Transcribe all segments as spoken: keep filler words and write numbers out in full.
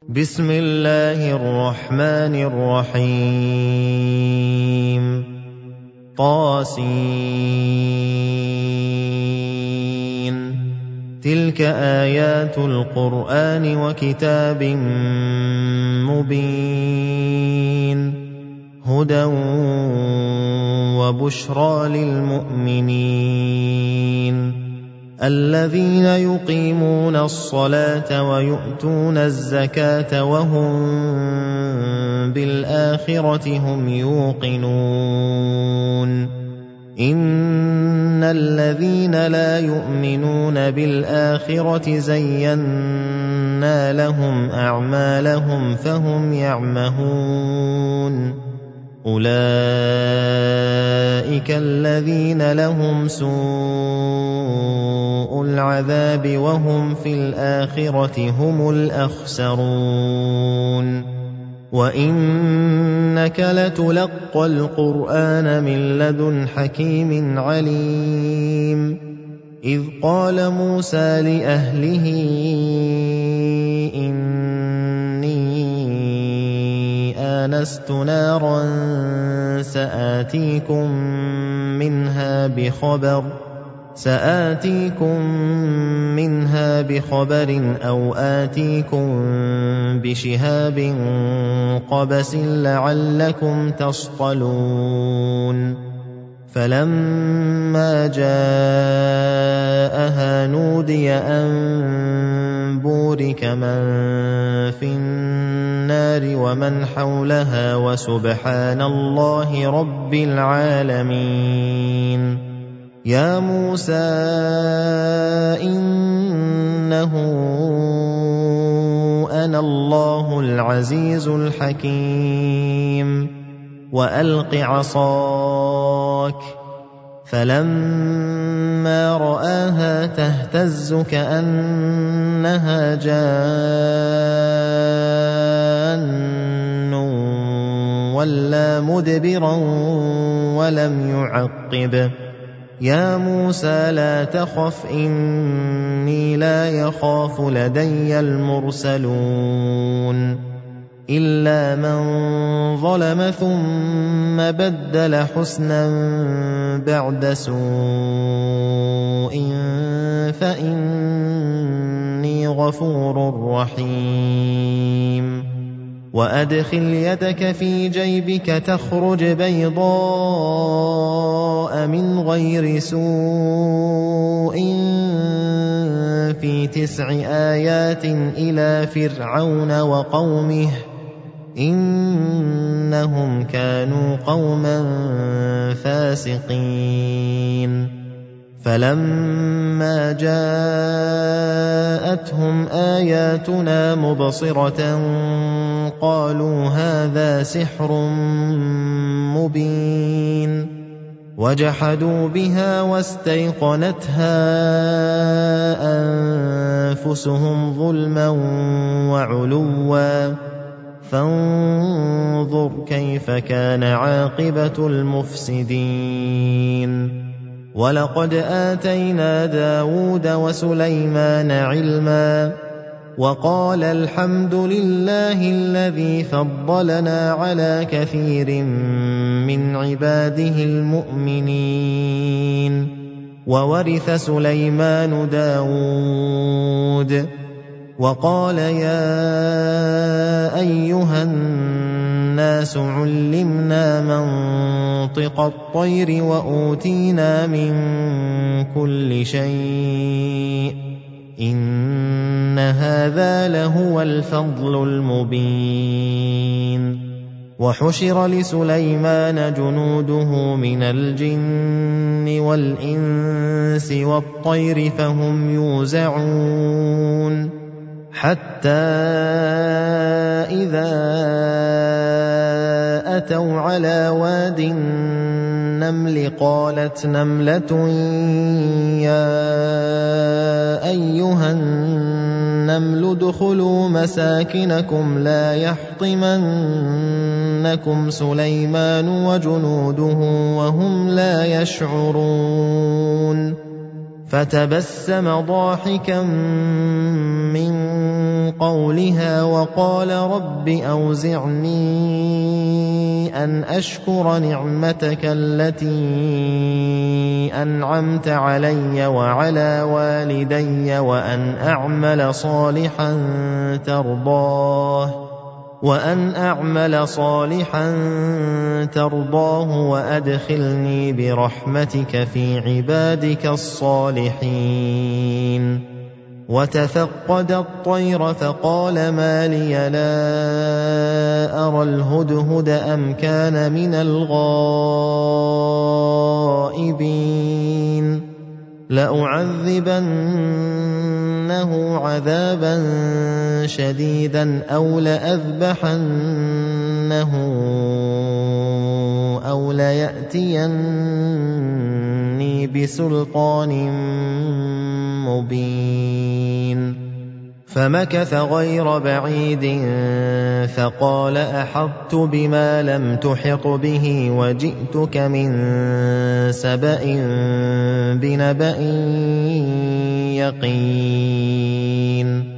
بسم الله الرحمن الرحيم طاسين تلك آيات القرآن وكتاب مبين هدى وبشرى للمؤمنين الذين يقيمون الصلاة ويؤتون الزكاة وهم بالآخرة هم يوقنون إن الذين لا يؤمنون بالآخرة زينا لهم أعمالهم فهم يعمهون أولئك الذين لهم سوء العذاب وهم في الآخرة هم الأخسرون وإنك لتلقى القرآن من لدن حكيم عليم إذ قال موسى لأهله آنست نارا سآتيكم منها بخبر سآتيكم منها بخبر أو آتيكم بشهاب قبس لعلكم تصطلون فلما جاءها نودي أن بورك من في النار ومن حولها وسبحان الله رب العالمين يا موسى إنه أنا الله العزيز الحكيم وألق عصاك فلما رآها تهتز كأنها جان ولا مدبرا ولم يعقب يا موسى لا تخف إني لا يخاف لدي المرسلون إلا من ظلم ثم بدل حسنا بعد سوء فإني غفور رحيم وأدخل يدك في جيبك تخرج بيضاء من غير سوء في تسع آيات إلى فرعون وقومه إنهم كانوا قوما فاسقين فلما جاءتهم آياتنا مبصرة قالوا هذا سحر مبين وجحدوا بها واستيقنتها أنفسهم ظلما وعلوا فانظر كيف كان عاقبة المفسدين ولقد آتينا داود وسليمان علما وقال الحمد لله الذي فضلنا على كثير من عباده المؤمنين وورث سليمان داود وقال يا أيها الناس علمنا منطق الطير وأوتينا من كل شيء إن هذا لهو الفضل المبين وحشر لسليمان جنوده من الجن والإنس والطير فهم يوزعون حتى إذا أتوا على واد النمل قالت نملة يا أيها النمل ادخلوا مساكنكم لا يحطمنكم سليمان وجنوده وهم لا يشعرون فتبسم ضاحكا من قولها وقال رب أوزعني أن أشكر نعمتك التي أنعمت علي وعلى والدي وأن أعمل صالحا ترضاه وأن أعمل صالحا ترضاه وأدخلني برحمتك في عبادك الصالحين. وتفقد الطير فقال ما لي لا أرى الهدهد أم كان من الغائبين لأعذبنه عذابا شديدا أو لأذبحنه أو ليأتيني بسلطان مبين. فمكث غير بعيد فقال أحطت بما لم تحط به وجئتك من سبأ بنبأ يقين.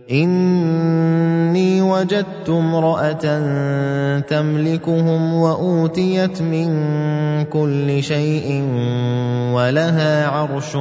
إني وجدت امرأة تملكهم وأوتيت من كل شيء ولها عرش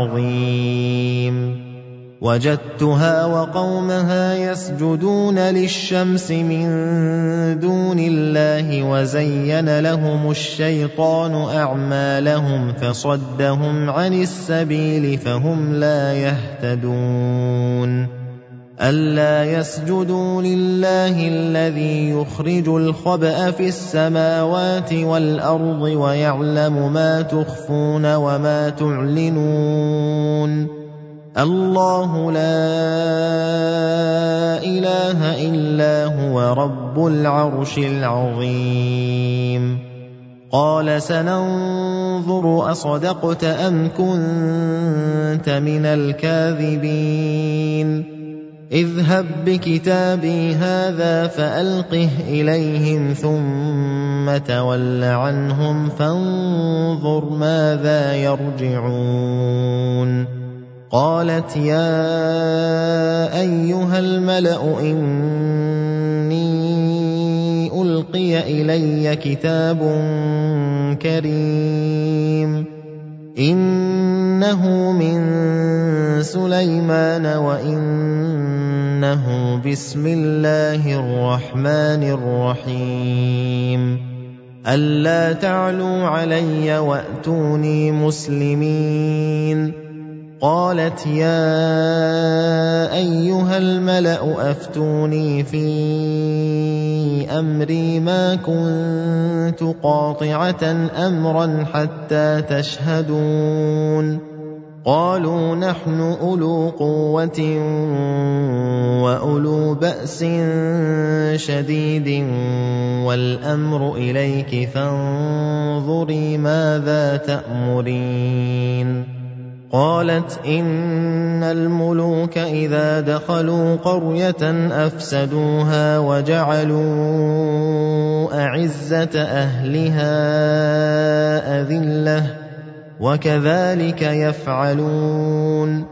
عظيم. وجدتها وقومها يسجدون للشمس من دون الله وزين لهم الشيطان أعمالهم فصدهم عن السبيل فهم لا يهتدون. ألا يسجدوا لله الذي يخرج الخبأ في السماوات والأرض ويعلم ما تخفون وما تعلنون. الله لا إله إلا هو رب العرش العظيم. قال سننظر أصدقت أم كنت من الكاذبين. اذهب بكتابي هذا فألقه إليهم ثم تول عنهم فانظر ماذا يرجعون. قالت يا أيها الملأ إني ألقي إلي كتاب كريم إنه من سليمان وإنه بسم الله الرحمن الرحيم. ألا تعلوا علي وأتوني مسلمين. قالت يا أيها الملأ أفتوني في أمري ما كنت قاطعة أمرا حتى تشهدون. قالوا نحن أولو قوة وأولو بأس شديد والأمر إليك فانظري ماذا تأمرين. قالت إن الملوك إذا دخلوا قرية أفسدوها وجعلوا أعزة أهلها أذلة وكذلك يفعلون.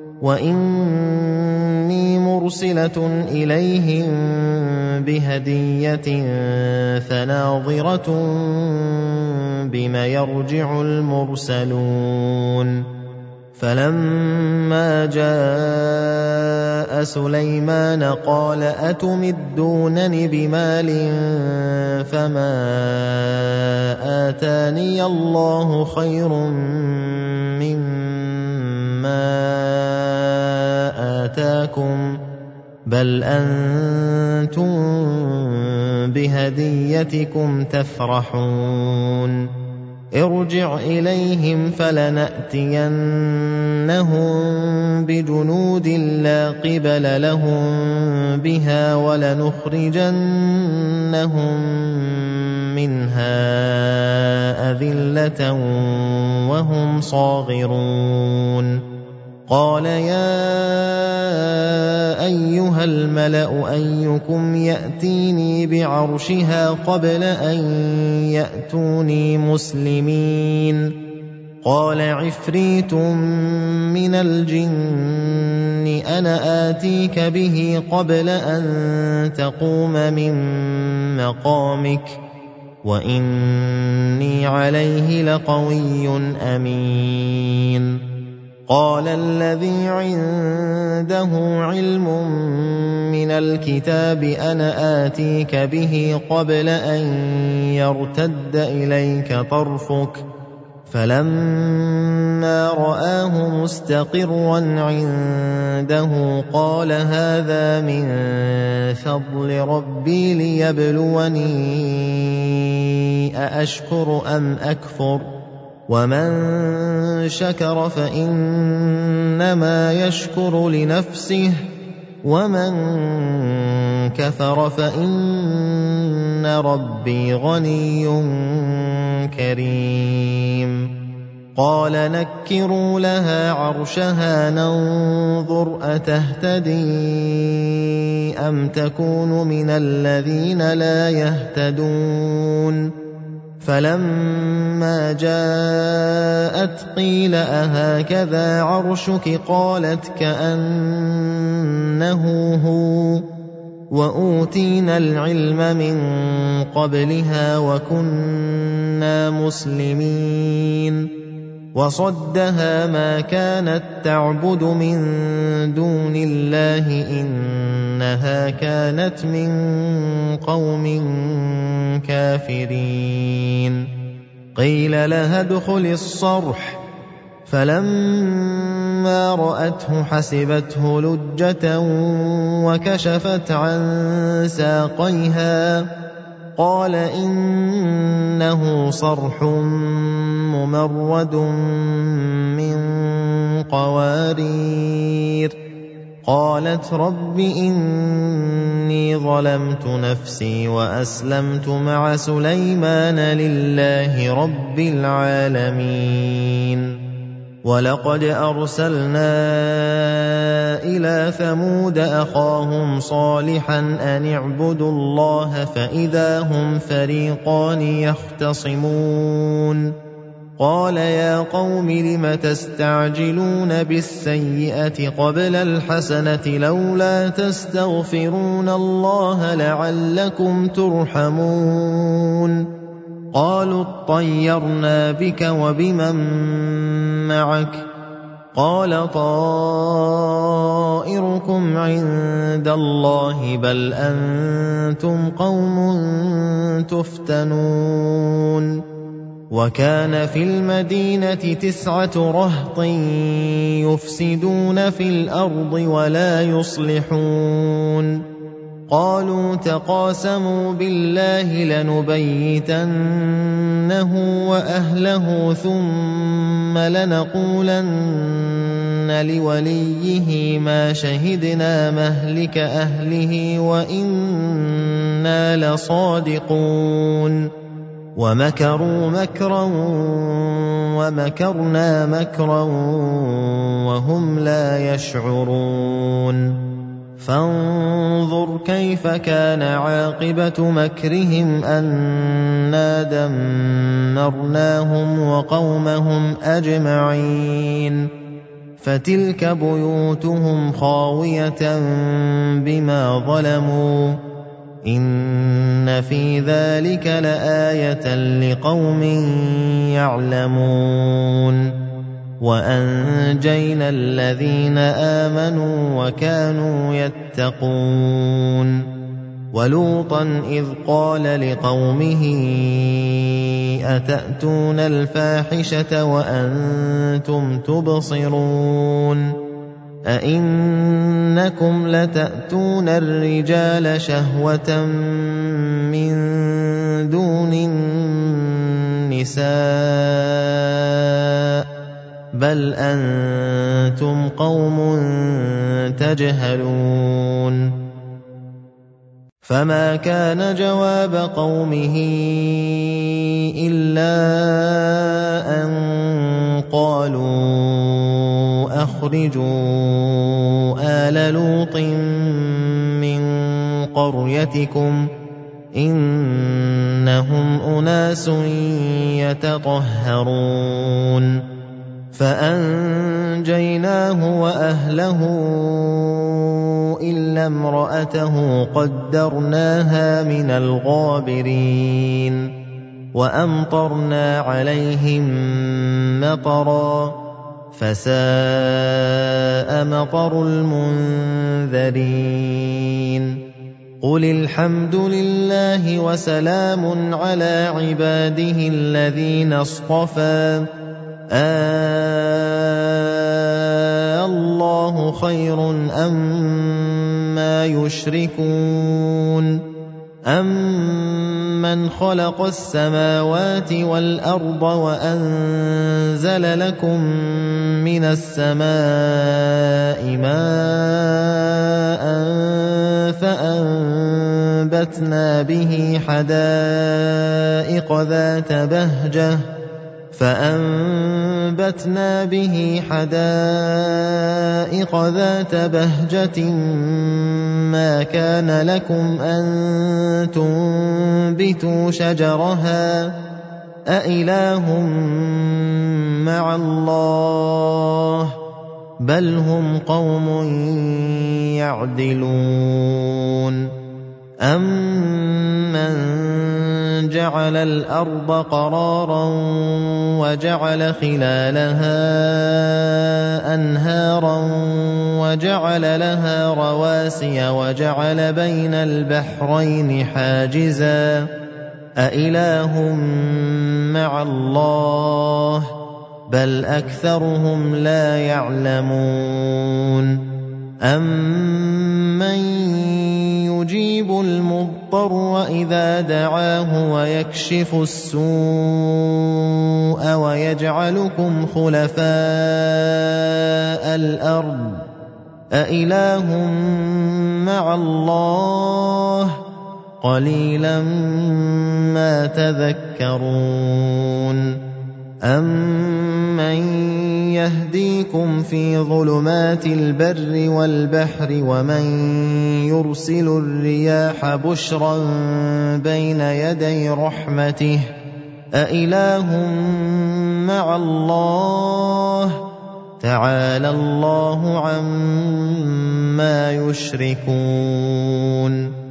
وإني مرسلة إليهم بهدية فناظرة بما يرجع المرسلون. فلما جاء سليمان قال أتمدونني بمال فما آتاني الله خير مما آتاكم بل أنتم بهديتكم تفرحون. ارجع إليهم فلنأتينهم بجنود لا قبل لهم بها ولنخرجنهم منها أذلة وهم صاغرون. قال يا أيها الملأ أيكم يأتيني بعرشها قبل أن يأتوني مسلمين. قال عفريت من الجن أنا آتيك به قبل أن تقوم من مقامك وإني عليه لقوي أمين. قال الذي عنده علم من الكتاب أنا آتيك به قبل أن يرتد إليك طرفك فلما رآه مستقرا عنده قال هذا من فضل ربي ليبلوني أأشكر أم أكفر ومن شكر فإنما يشكر لنفسه ومن كفر فإن ربي غني كريم. قال نكروا لها عرشها ننظر أتهتدي أم تكون من الذين لا يهتدون. فلما جاءت قيل أهكذا عرشك قالت كأنه هو وأوتينا العلم من قبلها وكنا مسلمين. وصدها ما كانت تعبد من دون الله إنها كانت من قوم كافرين. قيل لها ادخل الصرح فلما رأته حسبته لجة وكشفت عن ساقيها قال إنه صرح ممرد من قوارير. قالت رب إني ظلمت نفسي وأسلمت مع سليمان لله رب العالمين. ولقد أرسلنا إلى ثمود أخاهم صالحا أن اعبدوا الله فإذا هم فريقان يختصمون. قال يا قوم لم تستعجلون بالسيئة قبل الحسنة لولا تستغفرون الله لعلكم ترحمون. قالوا اطيرنا بك وبمن معك قال طائركم عند الله بل أنتم قوم تفتنون. وكان في المدينة تسعة رهط يفسدون في الأرض ولا يصلحون. قالوا تقاسموا بالله لنبيتنه وأهله ثم لنقولن لوليه ما شهدنا مهلك أهله وإنا لصادقون. ومكروا مكرا ومكرنا مكرا وهم لا يشعرون. فانظر كيف كان عاقبة مكرهم أنا دمرناهم وقومهم أجمعين. فتلك بيوتهم خاوية بما ظلموا إن في ذلك لآية لقوم يعلمون. وأنجينا الذين آمنوا وكانوا يتقون. ولوطا إذ قال لقومه أتأتون الفاحشة وأنتم تبصرون أئنكم لتأتون الرجال شهوة من دون النساء بل أنتم قوم تجهلون. فما كان جواب قومه إلا أن قالوا أخرجوا آل لوط من قريتكم إنهم أناس يتطهرون فأنجيناه وأهله إلا امرأته قدرناها من الغابرين وأمطرنا عليهم مطرا فساء مطر المنذرين قل الحمد لله وسلام على عباده الذين اصطفى آه الله خير أما يشركون أمن خلق السماوات والأرض وأنزل لكم من السماء ماء فأنبتنا به حدائق ذات بهجة فأنبتنا به حدائق ذات بهجة ما كان لكم أن تنبتوا شجرها أإله مع الله بل هم قوم يعدلون أمن جعل الأرض قرارا وجعل خلالها أنهارا وجعل لها رواسي وجعل بين البحرين حاجزا أإله مع الله بل أكثرهم لا يعلمون أمن يجيب المضطر وإذا دعاه ويكشف السوء ويجعلكم خلفاء الأرض أإله مع الله قليلا ما تذكرون أمن يهديكم في ظلمات البر والبحر ومن يرسل الرياح بشرا بين يدي رحمته أإله مع الله تعالى الله عما يشركون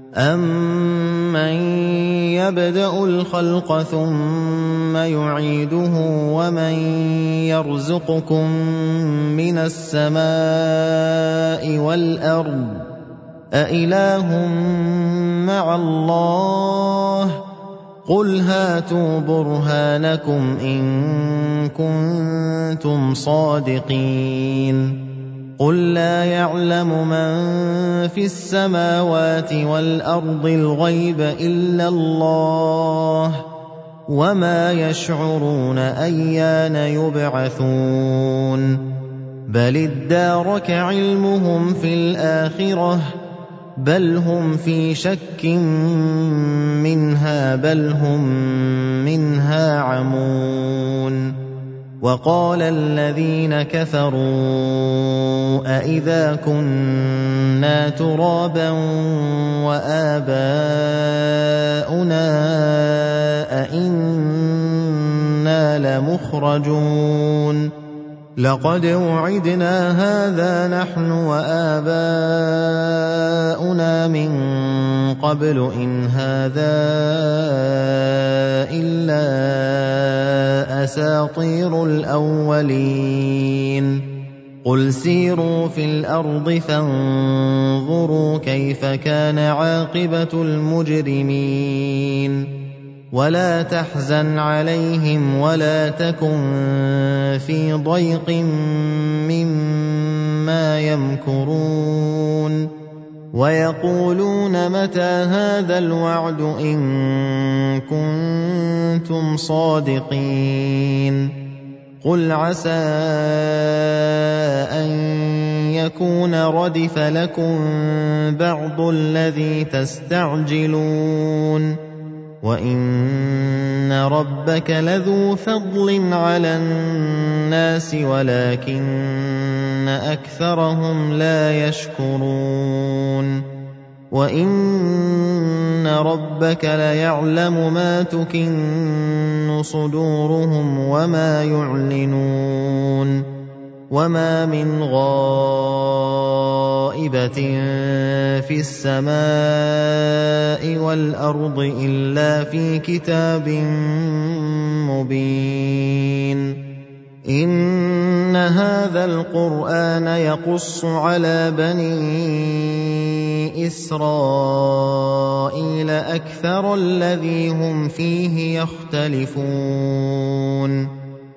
أمن يبدأ الخلق ثم يعيده ومن يرزقكم من السماء والأرض أإله مع الله قل هاتوا برهانكم إن كنتم صادقين قل لا يعلم من في السماوات والأرض الغيب إلا الله وما يشعرون أيان يبعثون بل ادارك علمهم في الآخرة بل هم في شك منها بل هم منها عمون وقال الذين كفروا أئذا كنا ترابا وآباؤنا أئنا لمخرجون لقد وعدنا هذا نحن وآباؤنا من قبل إن هذا إلا أساطير الأولين قل سيروا في الأرض فانظروا كيف كان عاقبة المجرمين ولا تحزن عليهم ولا تكن في ضيق مما يمكرون ويقولون متى هذا الوعد إن كنتم صادقين قل عسى أن يكون ردف لكم بعض الذي تستعجلون وإن ربك لذو فضل على الناس ولكن أكثرهم لا يشكرون وَإِنَّ رَبَّكَ لَيَعْلَمُ مَا تُكِنُّ صُدُورُهُمْ وَمَا يُعْلِنُونَ وَمَا مِنْ غَائِبَةٍ فِي السَّمَاءِ وَالْأَرْضِ إِلَّا فِي كِتَابٍ مُبِينٍ إِنَّ هَذَا الْقُرْآنَ يَقُصُّ عَلَى بَنِي إِسْرَائِيلَ أَكْثَرَ الَّذِي هُمْ فِيهِ يَخْتَلِفُونَ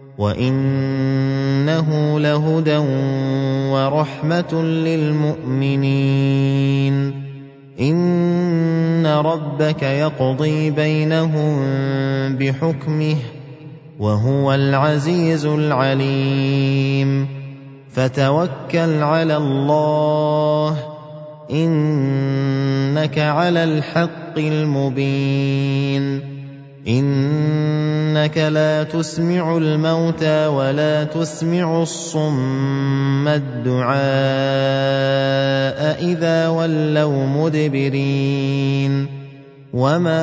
وَإِنَّهُ لَهُدًى وَرَحْمَةٌ لِّلْمُؤْمِنِينَ إِنَّ رَبَّكَ يَقْضِي بَيْنَهُم بِحُكْمِهِ وَهُوَ الْعَزِيزُ الْعَلِيمُ فَتَوَكَّلْ عَلَى اللَّهِ إِنَّكَ عَلَى الْحَقِّ الْمُبِينِ إِنَّكَ لَا تُسْمِعُ الْمَوْتَىٰ وَلَا تُسْمِعُ الصُّمَّ الدُّعَاءَ إِذَا وَلَّوْا مُدْبِرِينَ وَمَا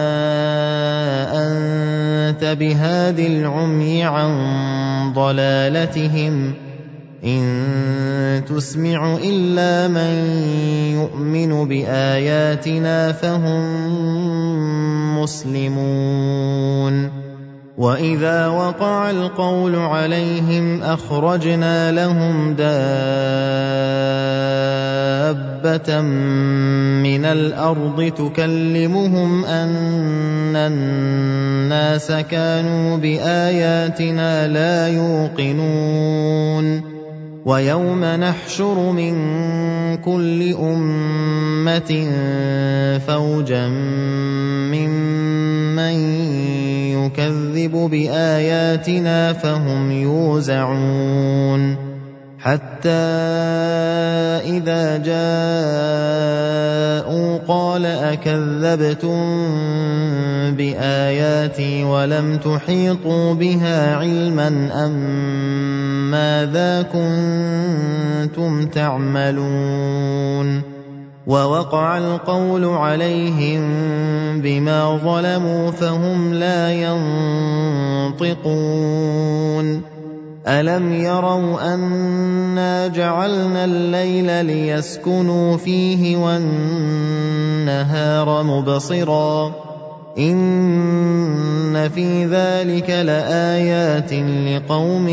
أَنتَ بِهَادِ الْعُمْيِ عَن ضَلَالَتِهِمْ إِن تُسْمِعُ إِلَّا مَن يُؤْمِنُ بِآيَاتِنَا فَهُم مُّسْلِمُونَ وَإِذَا وَقَعَ الْقَوْلُ عَلَيْهِمْ أَخْرَجْنَا لَهُمْ دَابَّةً مِّنَ الْأَرْضِ تُكَلِّمُهُمْ أَنَّ النَّاسَ كَانُوا بِآيَاتِنَا لَا يُوقِنُونَ وَيَوْمَ نَحْشُرُ مِن كُلِّ أُمَّةٍ فَوْجًا مِّمَّن يُكَذِّبُ بِآيَاتِنَا فَهُمْ يُوزَعُونَ حَتَّى إِذَا جَاءُوا قَالَ أَكَذَّبْتُم بِآيَاتِي وَلَمْ تُحِيطُوا بِهَا عِلْمًا أَم مَّاذَا كُنتُمْ تَعْمَلُونَ وَوَقَعَ الْقَوْلُ عَلَيْهِم بِمَا ظَلَمُوا فَهُمْ لَا يَنطِقُونَ أَلَمْ يَرَوْا أَنَّا جَعَلْنَا اللَّيْلَ لِيَسْكُنُوا فِيهِ وَالنَّهَارَ مُبْصِرًا إِنَّ فِي ذَلِكَ لَآيَاتٍ لِقَوْمٍ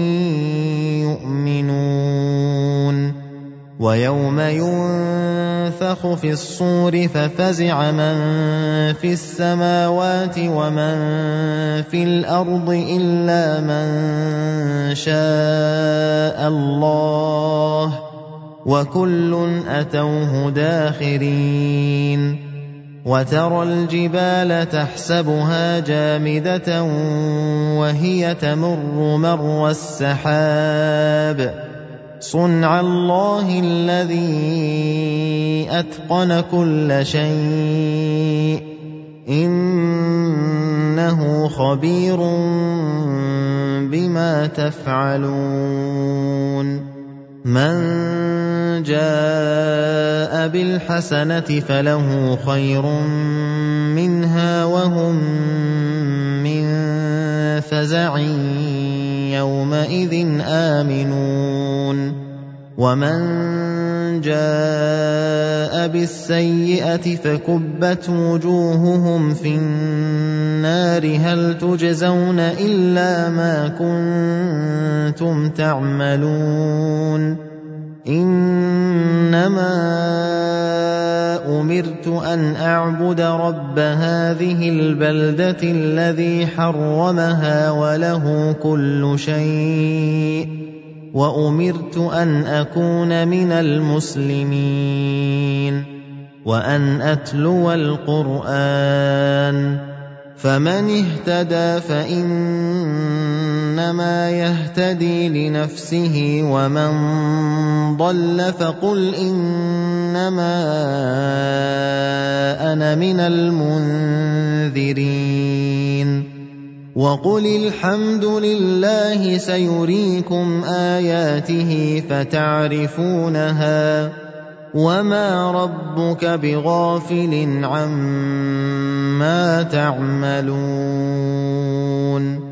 يُؤْمِنُونَ وَيَوْمَ يُنفَخُ فِي الصُّورِ فَفَزِعَ مَن فِي السَّمَاوَاتِ وَمَن فِي الْأَرْضِ إِلَّا مَن شَاءَ اللَّهُ وَكُلٌّ أَتَوْهُ دَاخِرِينَ وَتَرَى الْجِبَالَ تَحْسَبُهَا جَامِدَةً وَهِيَ تَمُرُّ مَرَّ السَّحَابِ صُنْعَ اللَّهِ الَّذِي أَتْقَنَ كُلَّ شَيْءٍ إِنَّهُ خَبِيرٌ بِمَا تَفْعَلُونَ مَن جَاءَ بِالْحَسَنَةِ فَلَهُ خَيْرٌ مِّنْهَا وَهُم مِّن فَزَعٍ يَوْمَئِذٍ آمِنُونَ وَمَن جَاءَ بِالسَّيِّئَةِ فَكُبَّتْ وُجُوهُهُمْ فِي النَّارِ هَلْ تُجْزَوْنَ إِلَّا مَا كُنتُمْ تَعْمَلُونَ إِنَّمَا أُمِرْتُ أَنْ أَعْبُدَ رَبَّ هَٰذِهِ الْبَلْدَةِ الَّذِي حَرَّمَهَا وَلَهُ كُلُّ شَيْءٍ وَأُمِرْتُ أَنْ أَكُونَ مِنَ الْمُسْلِمِينَ وَأَنْ أَتْلُوَ الْقُرْآنَ فَمَنِ اهْتَدَىٰ فَإِنَّمَا يَهْتَدِي لِنَفْسِهِ وَمَن ضَلَّ فَقُلْ إِنَّمَا أَنَا مِنَ الْمُنذِرِينَ وَقُلِ الْحَمْدُ لِلَّهِ سَيُرِيكُمْ آيَاتِهِ فَتَعْرِفُونَهَا وما ربك بغافل عما تعملون